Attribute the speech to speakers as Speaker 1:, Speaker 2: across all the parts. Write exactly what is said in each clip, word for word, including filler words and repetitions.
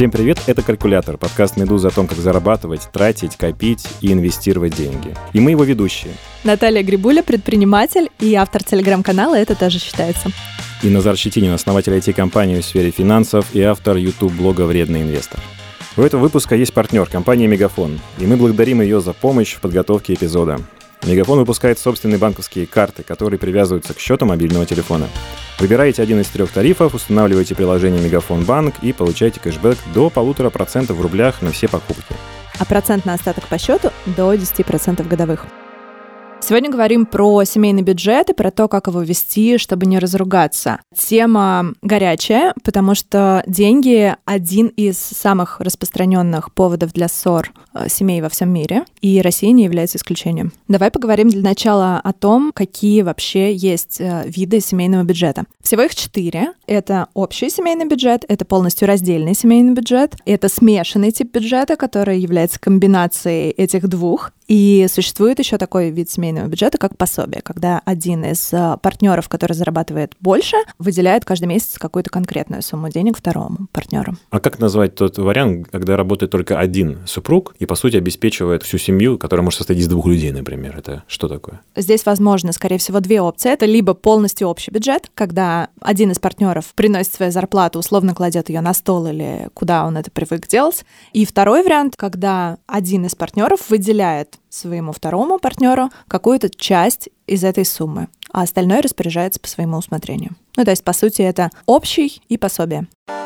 Speaker 1: Всем привет, это «Калькулятор», подкаст «Медузы» о том, как зарабатывать, тратить, копить и инвестировать деньги. И мы его ведущие.
Speaker 2: Наталья Грибуля, предприниматель и автор телеграм-канала «Это тоже считается».
Speaker 1: И Назар Щетинин, основатель ай ти-компании в сфере финансов и автор YouTube-блога «Вредный инвестор». У этого выпуска есть партнер, компания «Мегафон», и мы благодарим ее за помощь в подготовке эпизода. Мегафон выпускает собственные банковские карты, которые привязываются к счету мобильного телефона. Выбираете один из трех тарифов, устанавливаете приложение Мегафон Банк и получаете кэшбэк до полутора процентов в рублях на все покупки.
Speaker 2: А процент на остаток по счету до десять процентов годовых. Сегодня говорим про семейный бюджет и про то, как его вести, чтобы не разругаться. Тема горячая, потому что деньги – один из самых распространенных поводов для ссор семей во всем мире, и Россия не является исключением. Давай поговорим для начала о том, какие вообще есть виды семейного бюджета. Всего их четыре. Это общий семейный бюджет, это полностью раздельный семейный бюджет, это смешанный тип бюджета, который является комбинацией этих двух, и существует еще такой вид семейного бюджета, как пособие, когда один из партнеров, который зарабатывает больше, выделяет каждый месяц какую-то конкретную сумму денег второму партнеру.
Speaker 1: А как назвать тот вариант, когда работает только один супруг и, по сути, обеспечивает всю семью, которая может состоять из двух людей, например? Это что такое?
Speaker 2: Здесь возможно, скорее всего, две опции. Это либо полностью общий бюджет, когда один из партнеров приносит свою зарплату, условно кладет ее на стол или куда он это привык делать. И второй вариант, когда один из партнеров выделяет своему второму партнеру какую-то часть из этой суммы, а остальное распоряжается по своему усмотрению. Ну, то есть, по сути, это общий и пособие.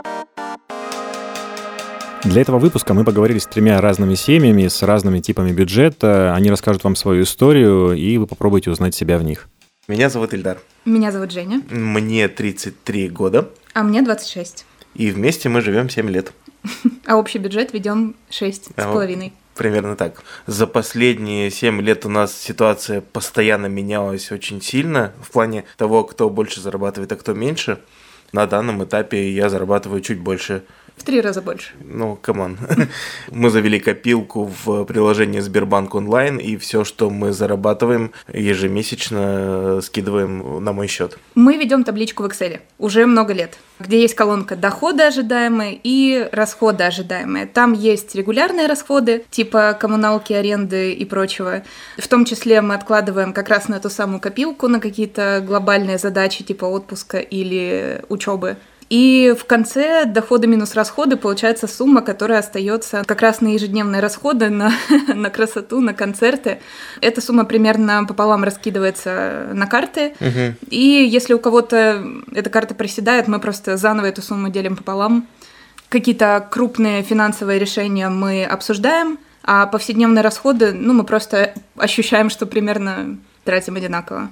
Speaker 1: Для этого выпуска мы поговорили с тремя разными семьями, с разными типами бюджета. Они расскажут вам свою историю, и вы попробуйте узнать себя в них.
Speaker 3: Меня зовут Ильдар.
Speaker 4: Меня зовут Женя.
Speaker 3: Мне тридцать три года.
Speaker 4: А мне двадцать шесть.
Speaker 3: И вместе мы живем семь лет.
Speaker 4: А общий бюджет ведем шесть с половиной.
Speaker 3: Примерно так. За последние семь лет у нас ситуация постоянно менялась очень сильно в плане того, кто больше зарабатывает, а кто меньше. На данном этапе я зарабатываю чуть больше.
Speaker 4: В три раза больше.
Speaker 3: Ну, камон. Мы завели копилку в приложении Сбербанк онлайн, и все, что мы зарабатываем, ежемесячно скидываем на мой счет.
Speaker 4: Мы ведем табличку в Excel уже много лет, где есть колонка доходы ожидаемые и расходы ожидаемые. Там есть регулярные расходы, типа коммуналки, аренды и прочего. В том числе мы откладываем как раз на эту самую копилку, на какие-то глобальные задачи, типа отпуска или учебы. И в конце доходы минус расходы получается сумма, которая остается как раз на ежедневные расходы, на, на красоту, на концерты. Эта сумма примерно пополам раскидывается на карты. Угу. И если у кого-то эта карта проседает, мы просто заново эту сумму делим пополам. Какие-то крупные финансовые решения мы обсуждаем, а повседневные расходы, ну, мы просто ощущаем, что примерно тратим одинаково.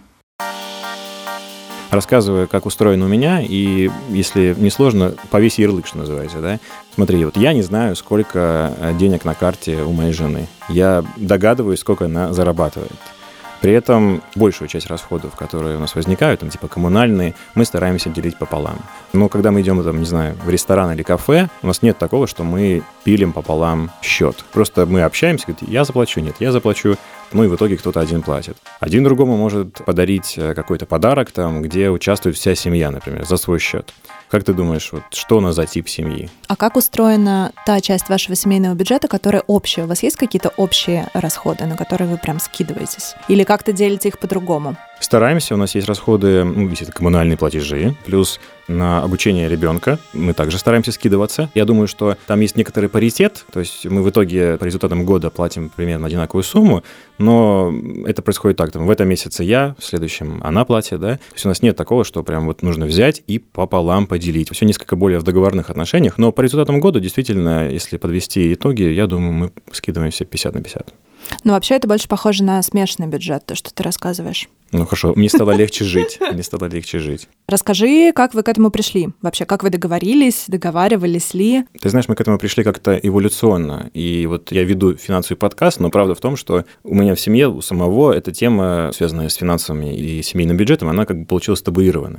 Speaker 1: Рассказываю, как устроено у меня, и, если не сложно, повесь ярлык, что называется, да? Смотри, вот я не знаю, сколько денег на карте у моей жены. Я догадываюсь, сколько она зарабатывает. При этом большую часть расходов, которые у нас возникают, там, типа коммунальные, мы стараемся делить пополам. Но когда мы идем, там, не знаю, в ресторан или кафе, у нас нет такого, что мы пилим пополам счет. Просто мы общаемся, говорит, я заплачу, нет, я заплачу. Ну и в итоге кто-то один платит. Один другому может подарить какой-то подарок, там, где участвует вся семья, например, за свой счет. Как ты думаешь, вот, что у нас за тип семьи?
Speaker 2: А как устроена та часть вашего семейного бюджета, которая общая? У вас есть какие-то общие расходы, на которые вы прям скидываетесь? Или как-то делите их по-другому?
Speaker 1: Стараемся, у нас есть расходы, ну, есть коммунальные платежи, плюс на обучение ребенка мы также стараемся скидываться. Я думаю, что там есть некоторый паритет, то есть мы в итоге по результатам года платим примерно одинаковую сумму, но это происходит так, там, в этом месяце я, в следующем она платит, да, то есть у нас нет такого, что прям вот нужно взять и пополам поделить. Все несколько более в договорных отношениях, но по результатам года действительно, если подвести итоги, я думаю, мы скидываемся пятьдесят на пятьдесят.
Speaker 2: Ну, вообще, это больше похоже на смешанный бюджет, то, что ты рассказываешь.
Speaker 1: Ну, хорошо, мне стало легче жить, мне стало легче жить.
Speaker 2: Расскажи, как вы к этому пришли? Вообще, как вы договорились, договаривались ли?
Speaker 1: Ты знаешь, мы к этому пришли как-то эволюционно. И вот я веду финансовый подкаст, но правда в том, что у меня в семье, у самого, эта тема, связанная с финансами и семейным бюджетом, она как бы получилась табуированная.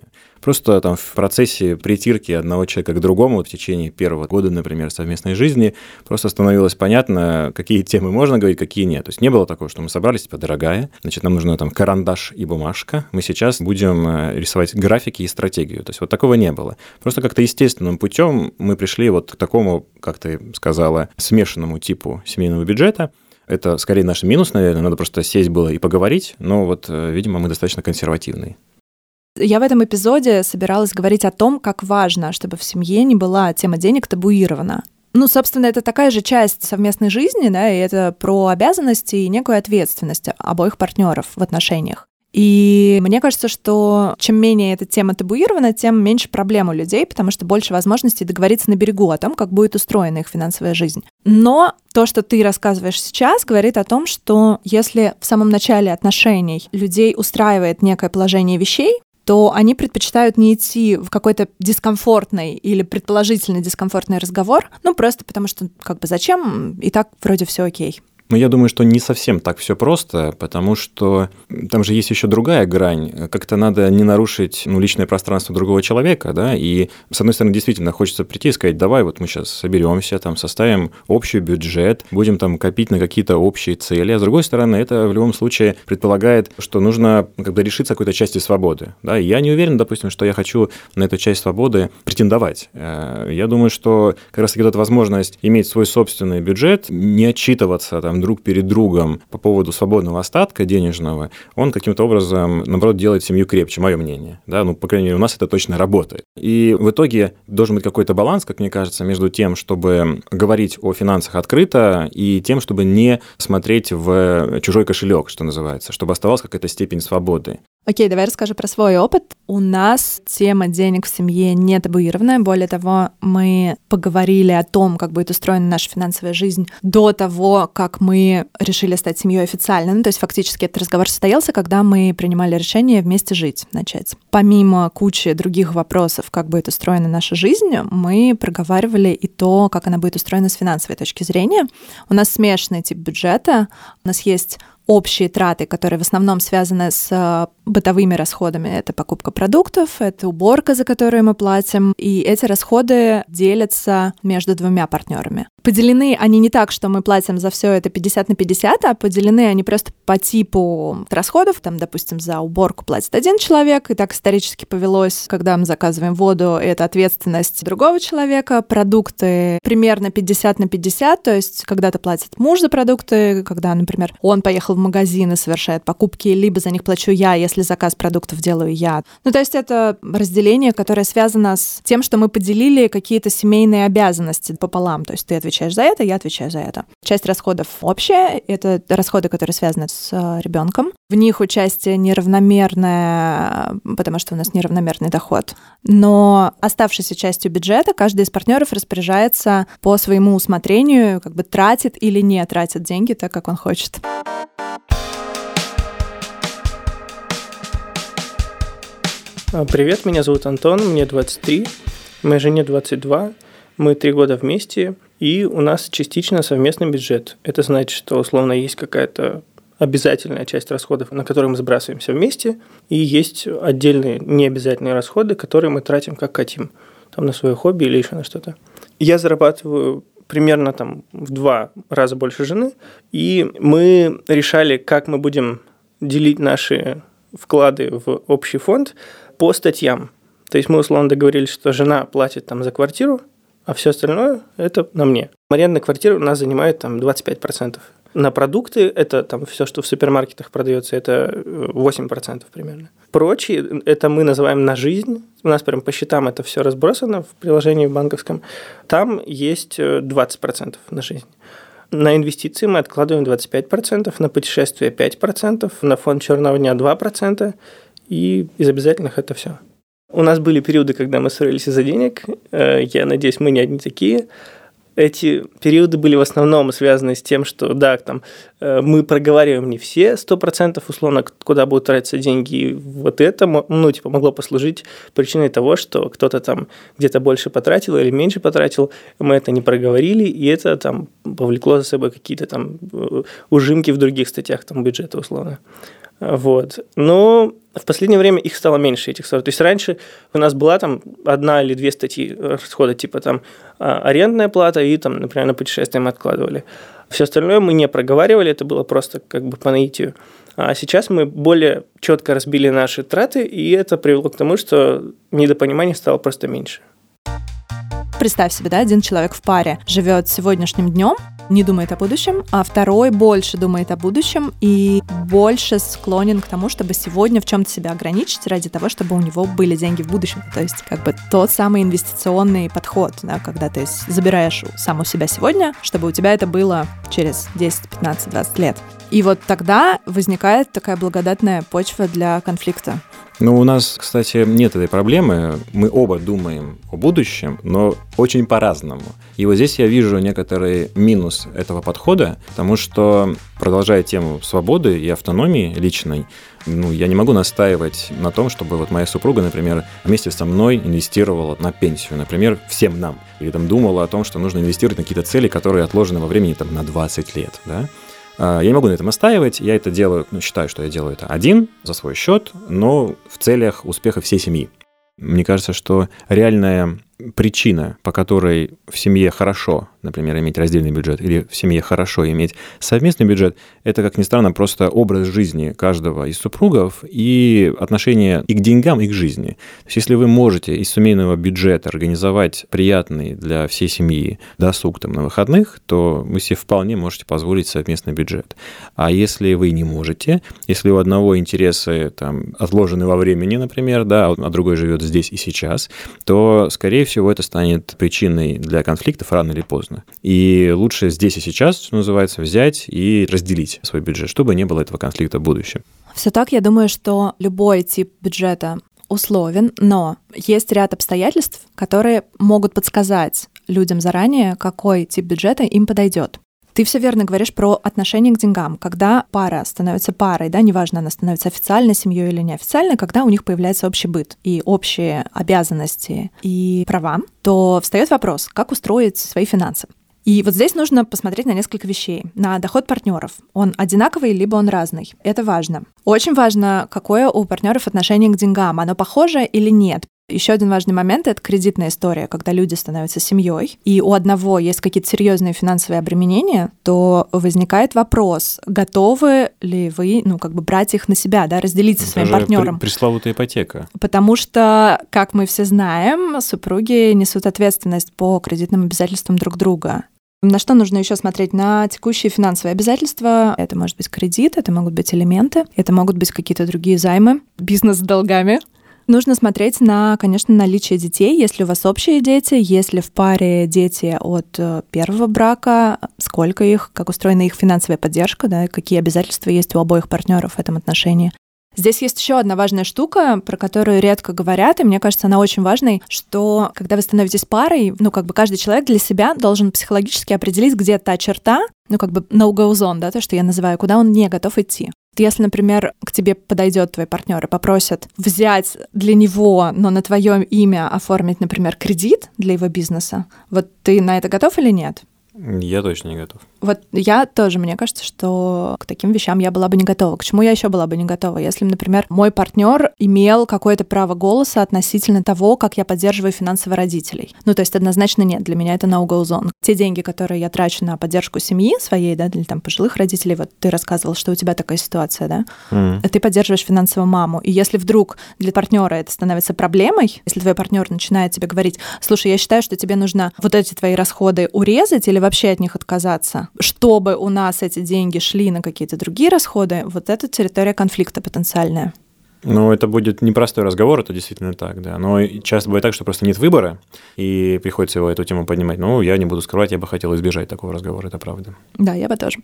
Speaker 1: Просто там в процессе притирки одного человека к другому в течение первого года, например, совместной жизни просто становилось понятно, какие темы можно говорить, какие нет. То есть не было такого, что мы собрались, типа, дорогая, значит, нам нужно там карандаш и бумажка, мы сейчас будем рисовать графики и стратегию. То есть вот такого не было. Просто как-то естественным путем мы пришли вот к такому, как ты сказала, смешанному типу семейного бюджета. Это скорее наш минус, наверное, надо просто сесть было и поговорить, но вот, видимо, мы достаточно консервативные.
Speaker 2: Я в этом эпизоде собиралась говорить о том, как важно, чтобы в семье не была тема денег табуирована. Ну, собственно, это такая же часть совместной жизни, да, и это про обязанности и некую ответственность обоих партнеров в отношениях. И мне кажется, что чем менее эта тема табуирована, тем меньше проблем у людей, потому что больше возможностей договориться на берегу о том, как будет устроена их финансовая жизнь. Но то, что ты рассказываешь сейчас, говорит о том, что если в самом начале отношений людей устраивает некое положение вещей, то они предпочитают не идти в какой-то дискомфортный или предположительно дискомфортный разговор, ну просто потому что как бы зачем, и так вроде все окей.
Speaker 1: Но я думаю, что не совсем так все просто, потому что там же есть еще другая грань. Как-то надо не нарушить ну, личное пространство другого человека, да, и, с одной стороны, действительно хочется прийти и сказать, давай вот мы сейчас соберемся, там, составим общий бюджет, будем там копить на какие-то общие цели, а с другой стороны, это в любом случае предполагает, что нужно как бы решиться какой-то части свободы, да, и я не уверен, допустим, что я хочу на эту часть свободы претендовать. Я думаю, что как раз-таки вот эта возможность иметь свой собственный бюджет, не отчитываться там друг перед другом по поводу свободного остатка денежного, он каким-то образом, наоборот, делает семью крепче, мое мнение. Да? Ну, по крайней мере, у нас это точно работает. И в итоге должен быть какой-то баланс, как мне кажется, между тем, чтобы говорить о финансах открыто, и тем, чтобы не смотреть в чужой кошелек, что называется, чтобы оставалась какая-то степень свободы.
Speaker 2: Окей, давай расскажу про свой опыт. У нас тема денег в семье не табуированная. Более того, мы поговорили о том, как будет устроена наша финансовая жизнь до того, как мы решили стать семьей официально. Ну, то есть фактически этот разговор состоялся, когда мы принимали решение вместе жить, начать. Помимо кучи других вопросов, как будет устроена наша жизнь, мы проговаривали и то, как она будет устроена с финансовой точки зрения. У нас смешанный тип бюджета. У нас есть общие траты, которые в основном связаны с бытовыми расходами. Это покупка продуктов, это уборка, за которую мы платим, и эти расходы делятся между двумя партнерами. Поделены они не так, что мы платим за все это пятьдесят на пятьдесят, а поделены они просто по типу расходов. Там, допустим, за уборку платит один человек, и так исторически повелось, когда мы заказываем воду, это ответственность другого человека. Продукты примерно пятьдесят на пятьдесят, то есть когда-то платит муж за продукты, когда, например, он поехал в магазин и совершает покупки, либо за них плачу я, если заказ продуктов делаю я. Ну, то есть это разделение, которое связано с тем, что мы поделили какие-то семейные обязанности пополам. То есть ты отвечаешь за это, я отвечаю за это. Часть расходов общая, это расходы, которые связаны с ребенком. В них участие неравномерное, потому что у нас неравномерный доход. Но оставшейся частью бюджета каждый из партнеров распоряжается по своему усмотрению, как бы тратит или не тратит деньги так, как он хочет.
Speaker 5: Привет, меня зовут Антон, мне двадцать три, моей жене двадцать два, мы три года вместе, и у нас частично совместный бюджет. Это значит, что условно есть какая-то обязательная часть расходов, на которые мы сбрасываемся вместе, и есть отдельные необязательные расходы, которые мы тратим как хотим, там на свое хобби или еще на что-то. Я зарабатываю примерно там в два раза больше жены, и мы решали, как мы будем делить наши вклады в общий фонд по статьям. То есть мы условно договорились, что жена платит там за квартиру, а все остальное это на мне. Аренда квартиры у нас занимает там двадцать пять процентов. На продукты это там все, что в супермаркетах продается, это восемь процентов примерно. Прочие это мы называем на жизнь. У нас прям по счетам это все разбросано в приложении банковском. Там есть двадцать процентов на жизнь. На инвестиции мы откладываем двадцать пять процентов, на путешествия пять процентов, на фонд черного дня два процента, и из обязательных это все. У нас были периоды, когда мы ссорились из-за денег. Я надеюсь, мы не одни такие. Эти периоды были в основном связаны с тем, что, да, там, мы проговариваем не все сто процентов, условно, куда будут тратиться деньги. И вот это, ну, типа, могло послужить причиной того, что кто-то там где-то больше потратил или меньше потратил. Мы это не проговорили, и это там повлекло за собой какие-то там ужимки в других статьях там, бюджета, условно. Вот. Но в последнее время их стало меньше, этих ссор. То есть раньше у нас была там одна или две статьи расхода, типа там арендная плата и там, например, на путешествие мы откладывали. Все остальное мы не проговаривали, это было просто как бы по наитию. А сейчас мы более четко разбили наши траты, и это привело к тому, что недопонимания стало просто меньше.
Speaker 2: Представь себе, да, один человек в паре живет сегодняшним днем, не думает о будущем, а второй больше думает о будущем и больше склонен к тому, чтобы сегодня в чем-то себя ограничить ради того, чтобы у него были деньги в будущем. То есть как бы тот самый инвестиционный подход, да, когда ты забираешь сам у себя сегодня, чтобы у тебя это было через десять, пятнадцать, двадцать лет. И вот тогда возникает такая благодатная почва для конфликта.
Speaker 1: Ну, у нас, кстати, нет этой проблемы. Мы оба думаем о будущем, но очень по-разному. И вот здесь я вижу некоторый минус этого подхода, потому что, продолжая тему свободы и автономии личной, ну, я не могу настаивать на том, чтобы вот моя супруга, например, вместе со мной инвестировала на пенсию, например, всем нам. Или там думала о том, что нужно инвестировать на какие-то цели, которые отложены во времени там, на двадцать лет, да. Я не могу на этом настаивать, я это делаю, ну, считаю, что я делаю это один, за свой счет, но в целях успеха всей семьи. Мне кажется, что реальная причина, по которой в семье хорошо, например, иметь раздельный бюджет, или в семье хорошо иметь совместный бюджет, это, как ни странно, просто образ жизни каждого из супругов и отношение и к деньгам, и к жизни. То есть если вы можете из семейного бюджета организовать приятный для всей семьи досуг там, на выходных, то вы себе вполне можете позволить совместный бюджет. А если вы не можете, если у одного интересы там, отложены во времени, например, да, а другой живет здесь и сейчас, то, скорее всего, это станет причиной для конфликтов рано или поздно. И лучше здесь и сейчас, что называется, взять и разделить свой бюджет, чтобы не было этого конфликта в будущем.
Speaker 2: Все так, я думаю, что любой тип бюджета условен, но есть ряд обстоятельств, которые могут подсказать людям заранее, какой тип бюджета им подойдет. Ты все верно говоришь про отношение к деньгам. Когда пара становится парой, да, неважно, она становится официальной семьей или неофициальной, когда у них появляется общий быт и общие обязанности и права, то встает вопрос, как устроить свои финансы. И вот здесь нужно посмотреть на несколько вещей. На доход партнеров. Он одинаковый, либо он разный. Это важно. Очень важно, какое у партнеров отношение к деньгам. Оно похоже или нет. Еще один важный момент — это кредитная история, когда люди становятся семьей, и у одного есть какие-то серьезные финансовые обременения, то возникает вопрос, готовы ли вы, ну, как бы брать их на себя, да, разделить со своим партнером.
Speaker 1: При, пресловутая ипотека.
Speaker 2: Потому что, как мы все знаем, супруги несут ответственность по кредитным обязательствам друг друга. На что нужно еще смотреть? На текущие финансовые обязательства. Это может быть кредит, это могут быть элементы, это могут быть какие-то другие займы, бизнес с долгами. Нужно смотреть на, конечно, наличие детей, если у вас общие дети, если в паре дети от первого брака, сколько их, как устроена их финансовая поддержка, да, какие обязательства есть у обоих партнеров в этом отношении. Здесь есть еще одна важная штука, про которую редко говорят, и мне кажется, она очень важной, что когда вы становитесь парой, ну, как бы каждый человек для себя должен психологически определить, где та черта, ну, как бы no-go zone, да, то, что я называю, куда он не готов идти. Если, например, к тебе подойдет твой партнер и попросит взять для него, но на твое имя оформить, например, кредит для его бизнеса, вот ты на это готов или нет?
Speaker 1: Я точно не готов.
Speaker 2: Вот я тоже, мне кажется, что к таким вещам я была бы не готова. К чему я еще была бы не готова? Если, например, мой партнер имел какое-то право голоса относительно того, как я поддерживаю финансово родителей. Ну, то есть однозначно нет, для меня это no-go zone. Те деньги, которые я трачу на поддержку семьи своей, да, или там пожилых родителей, вот ты рассказывал, что у тебя такая ситуация, да, mm. ты поддерживаешь финансово маму. И если вдруг для партнера это становится проблемой, если твой партнер начинает тебе говорить, слушай, я считаю, что тебе нужно вот эти твои расходы урезать или вообще от них отказаться, чтобы у нас эти деньги шли на какие-то другие расходы, вот это территория конфликта потенциальная.
Speaker 1: Ну, это будет непростой разговор, это действительно так, да. Но часто бывает так, что просто нет выбора, и приходится его эту тему поднимать. Ну, я не буду скрывать, я бы хотел избежать такого разговора, это правда.
Speaker 2: Да, я бы тоже.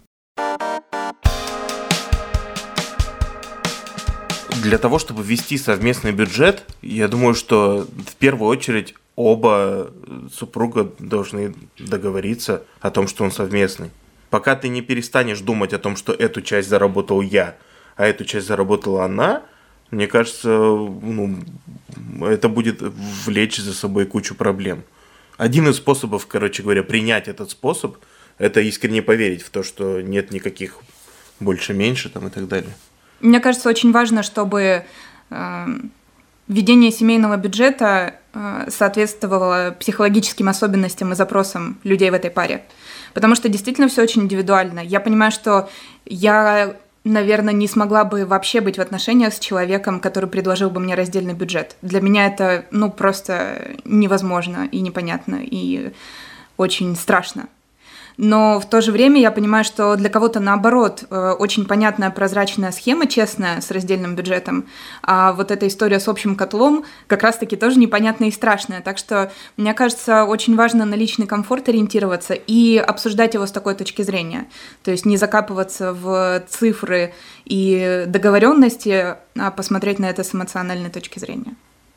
Speaker 3: Для того, чтобы ввести совместный бюджет, я думаю, что в первую очередь оба супруга должны договориться о том, что он совместный. Пока ты не перестанешь думать о том, что эту часть заработал я, а эту часть заработала она, мне кажется, ну, это будет влечь за собой кучу проблем. Один из способов, короче говоря, принять этот способ, это искренне поверить в то, что нет никаких больше-меньше там и так далее.
Speaker 4: Мне кажется, очень важно, чтобы э, ведение семейного бюджета э, соответствовало психологическим особенностям и запросам людей в этой паре. Потому что действительно все очень индивидуально. Я понимаю, что я, наверное, не смогла бы вообще быть в отношениях с человеком, который предложил бы мне раздельный бюджет. Для меня это, ну, просто невозможно и непонятно, и очень страшно. Но в то же время я понимаю, что для кого-то, наоборот, очень понятная, прозрачная схема, честная, с раздельным бюджетом, а вот эта история с общим котлом как раз-таки тоже непонятная и страшная. Так что, мне кажется, очень важно на личный комфорт ориентироваться и обсуждать его с такой точки зрения. То есть не закапываться в цифры и договоренности, а посмотреть на это с эмоциональной точки зрения.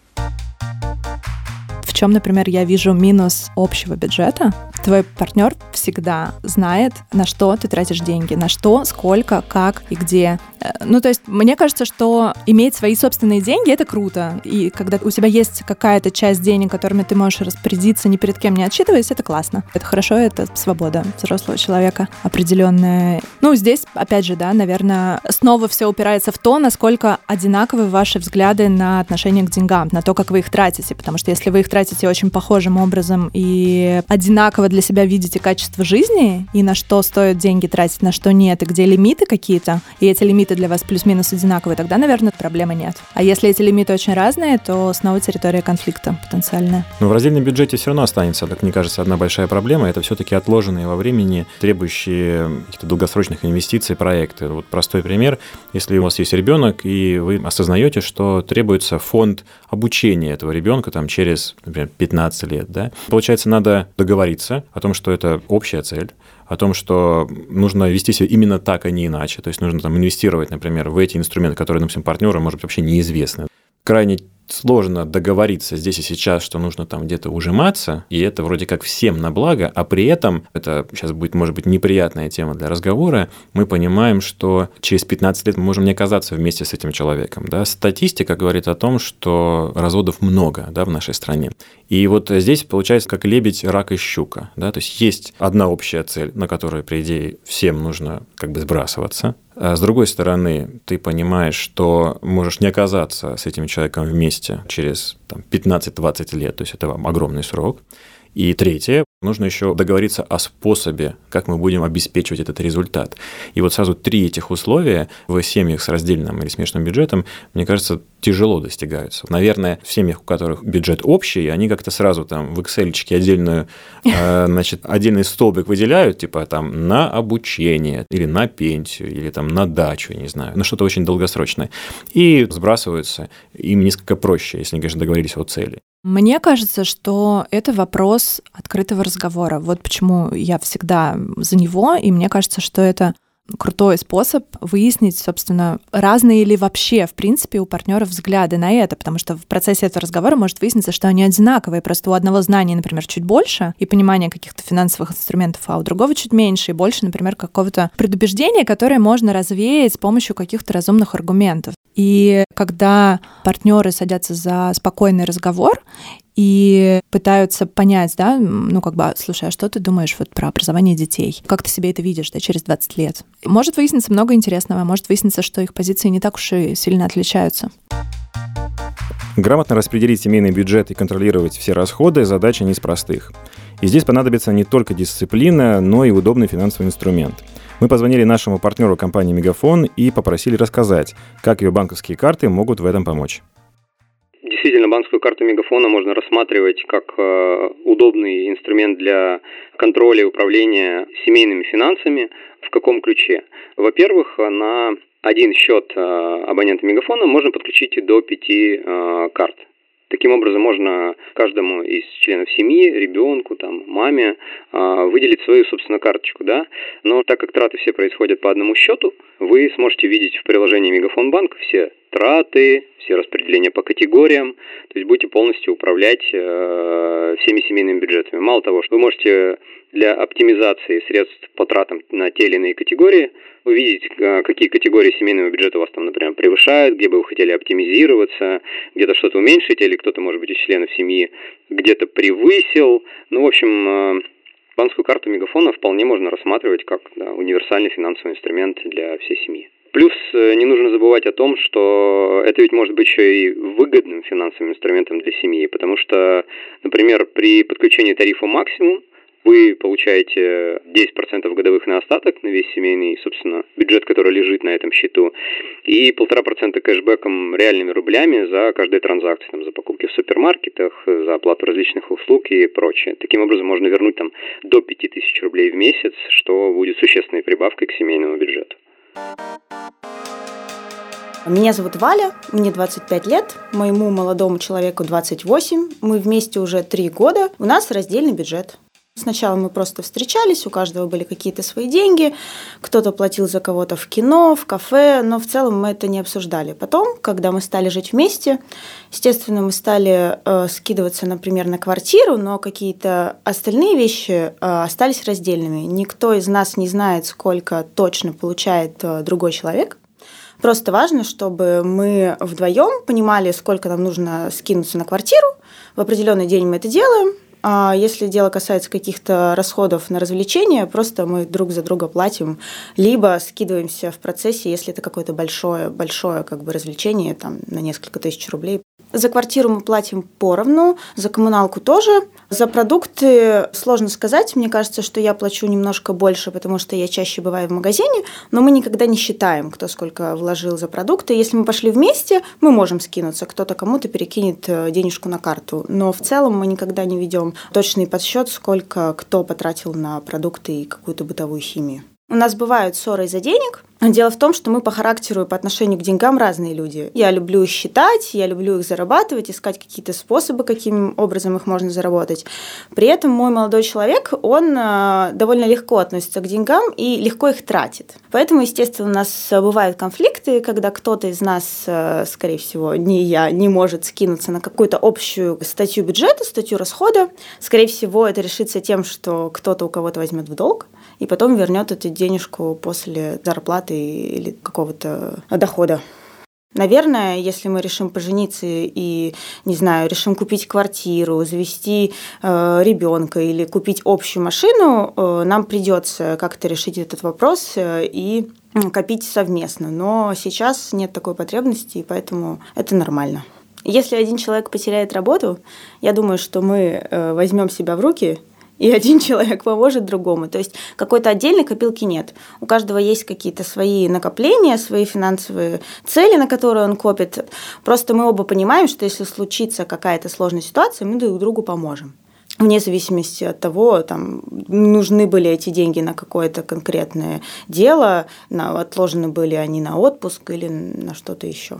Speaker 2: В чем, например, я вижу минус общего бюджета? Твой партнер всегда знает, на что ты тратишь деньги, на что, сколько, как и где. Ну, то есть, мне кажется, что иметь свои собственные деньги — это круто. И когда у тебя есть какая-то часть денег, которыми ты можешь распорядиться, ни перед кем не отчитываясь, это классно. Это хорошо, это свобода взрослого человека определенная. Ну, здесь, опять же, да, наверное, снова все упирается в то, насколько одинаковы ваши взгляды на отношение к деньгам, на то, как вы их тратите. Потому что если вы их тратите очень похожим образом и одинаково для себя видите качество жизни и на что стоит деньги тратить, на что нет, и где лимиты какие-то, и эти лимиты для вас плюс-минус одинаковые, тогда, наверное, проблемы нет. А если эти лимиты очень разные, то снова территория конфликта потенциальная.
Speaker 1: Но в раздельном бюджете все равно останется, как мне кажется, одна большая проблема. Это все-таки отложенные во времени, требующие каких-то долгосрочных инвестиций проекты. Вот простой пример. Если у вас есть ребенок, и вы осознаете, что требуется фонд обучения этого ребенка там, через, например, пятнадцать лет, да, получается, надо договориться о том, что это общая цель, о том, что нужно вести себя именно так, а не иначе. То есть нужно там инвестировать, например, в эти инструменты, которые, допустим, партнеру, может быть, вообще неизвестны. Крайне сложно договориться здесь и сейчас, что нужно там где-то ужиматься, и это вроде как всем на благо, а при этом, это сейчас будет, может быть, неприятная тема для разговора, мы понимаем, что через пятнадцать лет мы можем не оказаться вместе с этим человеком. Да? Статистика говорит о том, что разводов много, да, в нашей стране. И вот здесь получается как лебедь, рак и щука. Да? То есть есть одна общая цель, на которую, по идее, всем нужно как бы сбрасываться. А с другой стороны, ты понимаешь, что можешь не оказаться с этим человеком вместе через там, пятнадцать-двадцать лет, то есть это огромный срок. И третье, нужно еще договориться о способе, как мы будем обеспечивать этот результат. И вот сразу три этих условия в семьях с раздельным или смешанным бюджетом, мне кажется, тяжело достигаются. Наверное, в семьях, у которых бюджет общий, они как-то сразу там в Excel-чике отдельную, значит, отдельный столбик выделяют, типа там на обучение или на пенсию, или там на дачу, не знаю, ну что-то очень долгосрочное. И сбрасываются, им несколько проще, если, конечно, договорились о цели.
Speaker 2: Мне кажется, что это вопрос открытого разговора. Вот почему я всегда за него, и мне кажется, что это крутой способ выяснить, собственно, разные ли вообще, в принципе, у партнеров взгляды на это, потому что в процессе этого разговора может выясниться, что они одинаковые, просто у одного знания, например, чуть больше и понимания каких-то финансовых инструментов, а у другого чуть меньше и больше, например, какого-то предубеждения, которое можно развеять с помощью каких-то разумных аргументов. И когда партнеры садятся за спокойный разговор и пытаются понять, да, ну, как бы, слушай, а что ты думаешь вот про образование детей? Как ты себе это видишь, да, через двадцать лет? Может выясниться много интересного, может выясниться, что их позиции не так уж и сильно отличаются.
Speaker 1: Грамотно распределить семейный бюджет и контролировать все расходы – задача не из простых. И здесь понадобится не только дисциплина, но и удобный финансовый инструмент. Мы позвонили нашему партнеру компании «Мегафон» и попросили рассказать, как ее банковские карты могут в этом помочь.
Speaker 6: Действительно, банковскую карту Мегафона можно рассматривать как э, удобный инструмент для контроля и управления семейными финансами. В каком ключе? Во-первых, на один счет э, абонента Мегафона можно подключить до пяти э, карт. Таким образом, можно каждому из членов семьи, ребенку, там, маме, выделить свою, собственно, карточку, да. Но так как траты все происходят по одному счету, вы сможете видеть в приложении Мегафон Банк все траты, все распределения по категориям, то есть будете полностью управлять э, всеми семейными бюджетами. Мало того, что вы можете для оптимизации средств по тратам на те или иные категории увидеть, какие категории семейного бюджета у вас там, например, превышают, где бы вы хотели оптимизироваться, где-то что-то уменьшить, или кто-то, может быть, из членов семьи где-то превысил. Ну, в общем, банковскую карту Мегафона вполне можно рассматривать как, да, универсальный финансовый инструмент для всей семьи. Плюс не нужно забывать о том, что это ведь может быть еще и выгодным финансовым инструментом для семьи, потому что, например, при подключении тарифа максимум вы получаете десять процентов годовых на остаток, на весь семейный, собственно, бюджет, который лежит на этом счету, и полтора процента кэшбэком реальными рублями за каждую транзакцию, там, за покупки в супермаркетах, за оплату различных услуг и прочее. Таким образом, можно вернуть там до пяти тысяч рублей в месяц, что будет существенной прибавкой к семейному бюджету.
Speaker 7: Меня зовут Валя, мне двадцать пять лет, моему молодому человеку двадцать восемь, мы вместе уже три года, у нас раздельный бюджет. Сначала мы просто встречались, у каждого были какие-то свои деньги, кто-то платил за кого-то в кино, в кафе, но в целом мы это не обсуждали. Потом, когда мы стали жить вместе, естественно, мы стали э, скидываться, например, на квартиру, но какие-то остальные вещи э, остались раздельными. Никто из нас не знает, сколько точно получает э, другой человек. Просто важно, чтобы мы вдвоем понимали, сколько нам нужно скинуться на квартиру. В определенный день мы это делаем. А если дело касается каких-то расходов на развлечения, просто мы друг за друга платим, либо скидываемся в процессе, если это какое-то большое, большое как бы развлечение там, на несколько тысяч рублей. За квартиру мы платим поровну, за коммуналку тоже. За продукты сложно сказать. Мне кажется, что я плачу немножко больше, потому что я чаще бываю в магазине, но мы никогда не считаем, кто сколько вложил за продукты. Если мы пошли вместе, мы можем скинуться. Кто-то кому-то перекинет денежку на карту. Но в целом мы никогда не ведем точный подсчет, сколько кто потратил на продукты и какую-то бытовую химию. У нас бывают ссоры из-за денег. Дело в том, что мы по характеру и по отношению к деньгам разные люди. Я люблю их считать, я люблю их зарабатывать, искать какие-то способы, каким образом их можно заработать. При этом мой молодой человек, он довольно легко относится к деньгам и легко их тратит. Поэтому, естественно, у нас бывают конфликты, когда кто-то из нас, скорее всего, не я, не может скинуться на какую-то общую статью бюджета, статью расхода. Скорее всего, это решится тем, что кто-то у кого-то возьмет в долг и потом вернет эту денежку после зарплаты или какого-то дохода. Наверное, если мы решим пожениться и, не знаю, решим купить квартиру, завести э, ребенка или купить общую машину, э, нам придется как-то решить этот вопрос э, и копить совместно. Но сейчас нет такой потребности, и поэтому это нормально. Если один человек потеряет работу, я думаю, что мы э, возьмем себя в руки, и один человек поможет другому. То есть какой-то отдельной копилки нет. У каждого есть какие-то свои накопления, свои финансовые цели, на которые он копит. Просто мы оба понимаем, что если случится какая-то сложная ситуация, мы друг другу поможем. Вне зависимости от того, там, нужны были эти деньги на какое-то конкретное дело, на, отложены были они на отпуск или на что-то еще.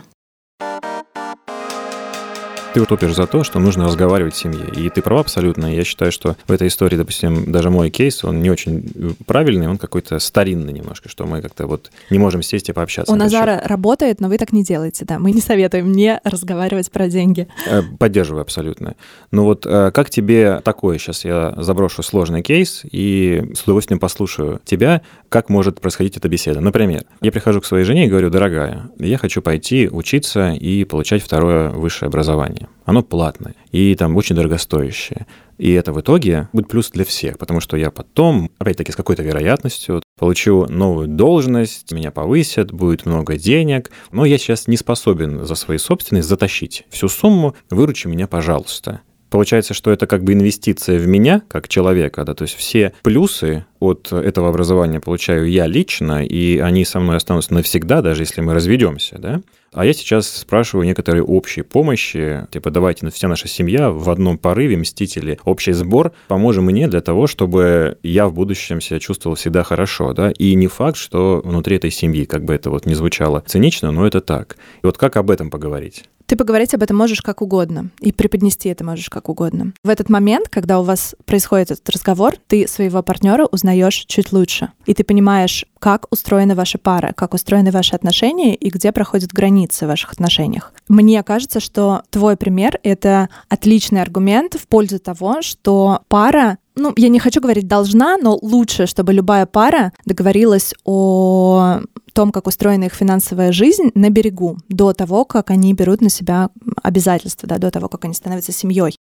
Speaker 1: Ты топишь за то, что нужно разговаривать в семье. И ты права абсолютно. Я считаю, что в этой истории, допустим, даже мой кейс, он не очень правильный, он какой-то старинный немножко, что мы как-то вот не можем сесть и пообщаться.
Speaker 2: У Назара работает, но вы так не делаете, да. Мы не советуем не разговаривать про деньги.
Speaker 1: Поддерживаю абсолютно. Ну вот как тебе такое? Сейчас я заброшу сложный кейс и с удовольствием послушаю тебя, как может происходить эта беседа. Например, я прихожу к своей жене и говорю: дорогая, я хочу пойти учиться и получать второе высшее образование. Оно платное и там очень дорогостоящее. И это в итоге будет плюс для всех, потому что я потом, опять-таки, с какой-то вероятностью получу новую должность, меня повысят, будет много денег, но я сейчас не способен за свои собственные затащить всю сумму, выручи меня, пожалуйста. Получается, что это как бы инвестиция в меня, как человека, да, то есть все плюсы от этого образования получаю я лично, и они со мной останутся навсегда, даже если мы разведемся, да. А я сейчас спрашиваю некоторые общие помощи, типа давайте вся наша семья в одном порыве, мстители, общий сбор, поможем мне для того, чтобы я в будущем себя чувствовал всегда хорошо, да, и не факт, что внутри этой семьи, как бы это вот ни звучало цинично, но это так. И вот как об этом поговорить?
Speaker 2: Ты поговорить об этом можешь как угодно, и преподнести это можешь как угодно. В этот момент, когда у вас происходит этот разговор, ты своего партнера узнаешь чуть лучше, и ты понимаешь, как устроена ваша пара, как устроены ваши отношения и где проходят границы в ваших отношениях. Мне кажется, что твой пример — это отличный аргумент в пользу того, что пара, ну, я не хочу говорить должна, но лучше, чтобы любая пара договорилась о том, как устроена их финансовая жизнь на берегу, до того, как они берут на себя обязательства, да, до того, как они становятся семьей.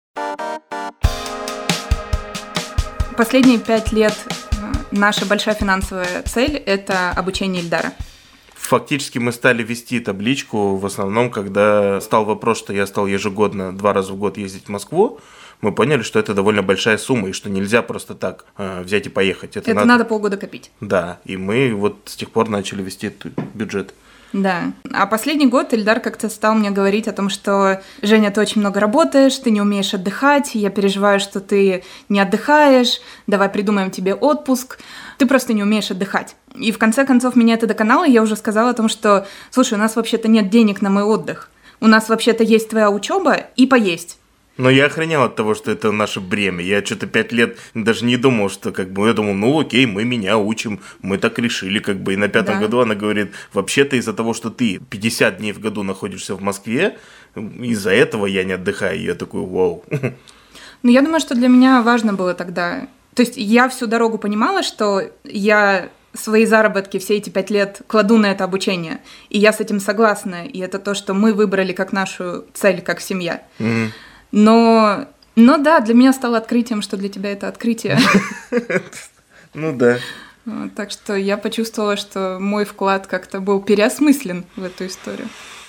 Speaker 4: Последние пять лет наша большая финансовая цель — это обучение Ильдара.
Speaker 3: Фактически мы стали вести табличку в основном, когда стал вопрос, что я стал ежегодно два раза в год ездить в Москву. Мы поняли, что это довольно большая сумма, и что нельзя просто так э, взять и поехать.
Speaker 4: Это, это надо... надо полгода копить.
Speaker 3: Да, и мы вот с тех пор начали вести этот бюджет.
Speaker 4: Да. А последний год Ильдар как-то стал мне говорить о том, что «Женя, ты очень много работаешь, ты не умеешь отдыхать, я переживаю, что ты не отдыхаешь, давай придумаем тебе отпуск, ты просто не умеешь отдыхать». И в конце концов меня это доконало, и я уже сказала о том, что «Слушай, у нас вообще-то нет денег на мой отдых, у нас вообще-то есть твоя учеба и поесть».
Speaker 3: Но я охренел от того, что это наше бремя. Я что-то пять лет даже не думал, что как бы... Я думал, ну окей, мы меня учим, мы так решили как бы. И на пятом да. году она говорит, вообще-то из-за того, что ты пятьдесят дней в году находишься в Москве, из-за этого я не отдыхаю. И я такой, вау.
Speaker 4: Ну, я думаю, что для меня важно было тогда... То есть я всю дорогу понимала, что я... свои заработки все эти пять лет кладу на это обучение. И я с этим согласна. И это то, что мы выбрали как нашу цель, как семья. Mm-hmm. Но, но да, для меня стало открытием, что для тебя это открытие.
Speaker 3: Ну да.
Speaker 4: Так что я почувствовала, что мой вклад как-то был переосмыслен в эту историю.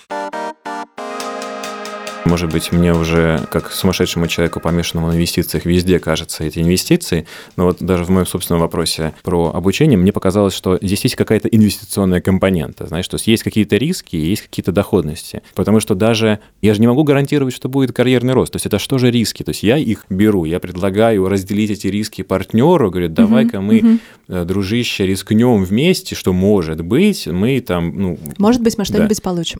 Speaker 1: Может быть, мне уже, как сумасшедшему человеку, помешанному на инвестициях, везде кажутся эти инвестиции, но вот даже в моем собственном вопросе про обучение мне показалось, что здесь есть какая-то инвестиционная компонента, знаешь, то есть есть какие-то риски, есть какие-то доходности, потому что даже я же не могу гарантировать, что будет карьерный рост, то есть это что же риски, то есть я их беру, я предлагаю разделить эти риски партнеру, говорю, давай-ка мы, uh-huh. дружище, рискнем вместе, что может быть, мы там, ну...
Speaker 2: Может быть, мы что-нибудь да. получим.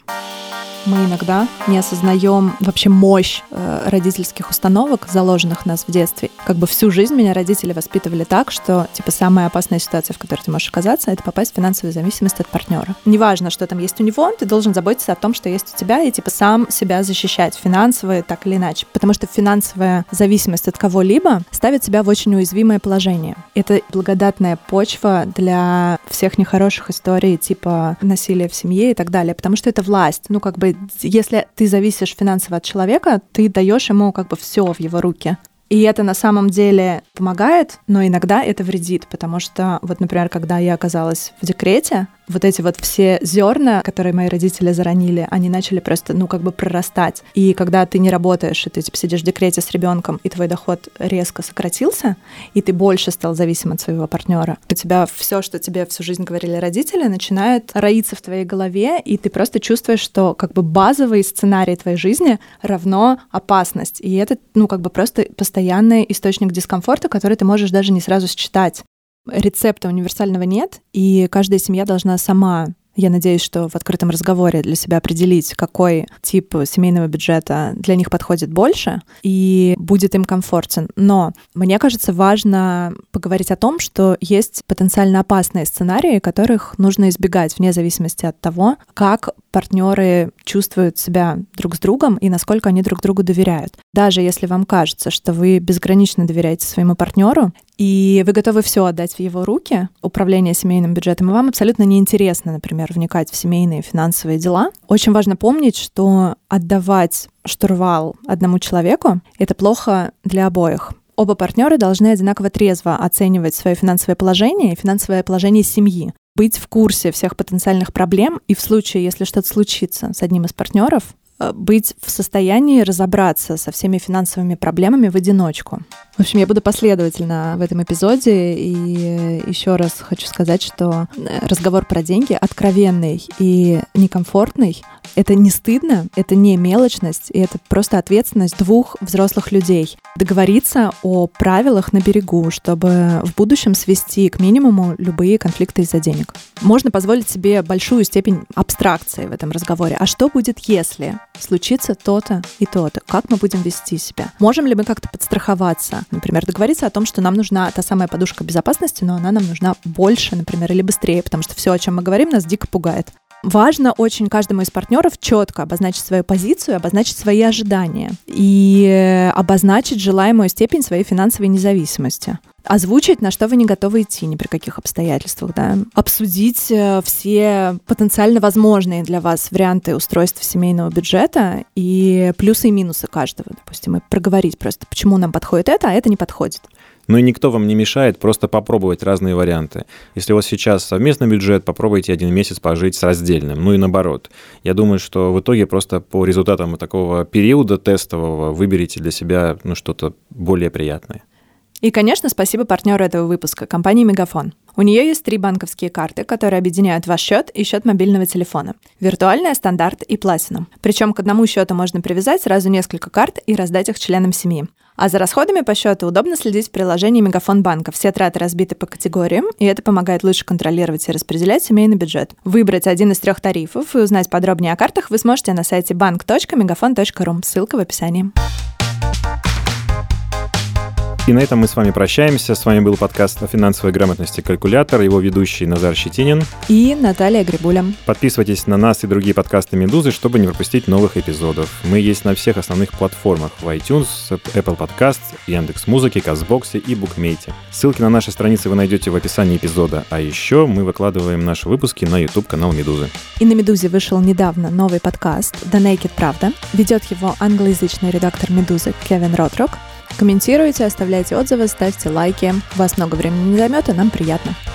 Speaker 2: Мы иногда не осознаем вообще мощь э, родительских установок, заложенных в нас в детстве. Как бы всю жизнь меня родители воспитывали так, что типа самая опасная ситуация, в которой ты можешь оказаться, это попасть в финансовую зависимость от партнера. Неважно, что там есть у него, ты должен заботиться о том, что есть у тебя, и типа сам себя защищать финансово, так или иначе. Потому что финансовая зависимость от кого-либо ставит тебя в очень уязвимое положение. Это благодатная почва для всех нехороших историй, типа насилия в семье и так далее, потому что это власть. Ну, как бы если ты зависишь финансово от человека, ты даешь ему как бы все в его руки. И это на самом деле помогает, но иногда это вредит, потому что, вот, например, когда я оказалась в декрете, вот эти вот все зерна, которые мои родители заронили, они начали просто, ну, как бы прорастать. И когда ты не работаешь, и ты типа, сидишь в декрете с ребенком, и твой доход резко сократился, и ты больше стал зависим от своего партнера, у тебя все, что тебе всю жизнь говорили родители, начинает роиться в твоей голове, и ты просто чувствуешь, что как бы базовый сценарий твоей жизни равно опасность. И это, ну, как бы просто постоянный источник дискомфорта, который ты можешь даже не сразу считать. Рецепта универсального нет, и каждая семья должна сама, я надеюсь, что в открытом разговоре для себя определить, какой тип семейного бюджета для них подходит больше и будет им комфортен. Но мне кажется, важно поговорить о том, что есть потенциально опасные сценарии, которых нужно избегать вне зависимости от того, как партнеры чувствуют себя друг с другом и насколько они друг другу доверяют. Даже если вам кажется, что вы безгранично доверяете своему партнеру, и вы готовы все отдать в его руки, управление семейным бюджетом, и вам абсолютно неинтересно, например, вникать в семейные финансовые дела, очень важно помнить, что отдавать штурвал одному человеку — это плохо для обоих. Оба партнера должны одинаково трезво оценивать свое финансовое положение и финансовое положение семьи, быть в курсе всех потенциальных проблем и в случае, если что-то случится с одним из партнеров, быть в состоянии разобраться со всеми финансовыми проблемами в одиночку. В общем, я буду последовательна в этом эпизоде, и еще раз хочу сказать, что разговор про деньги откровенный и некомфортный. Это не стыдно, это не мелочность, и это просто ответственность двух взрослых людей. Договориться о правилах на берегу, чтобы в будущем свести к минимуму любые конфликты из-за денег. Можно позволить себе большую степень абстракции в этом разговоре. А что будет, если случится то-то и то-то? Как мы будем вести себя? Можем ли мы как-то подстраховаться? Например, договориться о том, что нам нужна та самая подушка безопасности, но она нам нужна больше, например, или быстрее, потому что все, о чем мы говорим, нас дико пугает. Важно очень каждому из партнеров четко обозначить свою позицию, обозначить свои ожидания и обозначить желаемую степень своей финансовой независимости. Озвучить, на что вы не готовы идти ни при каких обстоятельствах, да. Обсудить все потенциально возможные для вас варианты устройства семейного бюджета и плюсы и минусы каждого, допустим, и проговорить просто, почему нам подходит это, а это не подходит.
Speaker 1: Но и никто вам не мешает просто попробовать разные варианты. Если у вас сейчас совместный бюджет, попробуйте один месяц пожить с раздельным, ну и наоборот. Я думаю, что в итоге просто по результатам такого периода тестового выберите для себя ну, что-то более приятное.
Speaker 2: И, конечно, спасибо партнеру этого выпуска, компании «Мегафон». У нее есть три банковские карты, которые объединяют ваш счет и счет мобильного телефона. Виртуальная, стандарт и платинум. Причем к одному счету можно привязать сразу несколько карт и раздать их членам семьи. А за расходами по счету удобно следить в приложении «Мегафон Банка». Все траты разбиты по категориям, и это помогает лучше контролировать и распределять семейный бюджет. Выбрать один из трех тарифов и узнать подробнее о картах вы сможете на сайте банк точка мегафон точка ру. Ссылка в описании.
Speaker 1: И на этом мы с вами прощаемся. С вами был подкаст о финансовой грамотности «Калькулятор», его ведущий Назар Щетинин
Speaker 2: и Наталья Грибуля.
Speaker 1: Подписывайтесь на нас и другие подкасты «Медузы», чтобы не пропустить новых эпизодов. Мы есть на всех основных платформах в iTunes, Apple Podcasts, Яндекс.Музыке, Казбоксе и Букмейте. Ссылки на наши страницы вы найдете в описании эпизода. А еще мы выкладываем наши выпуски на YouTube-канал «Медузы».
Speaker 2: И на «Медузе» вышел недавно новый подкаст «The Naked Правда». Ведет его англоязычный редактор «Медузы» Кевин Ротрок. Комментируйте, оставляйте отзывы, ставьте лайки. У вас много времени не займет, и нам приятно.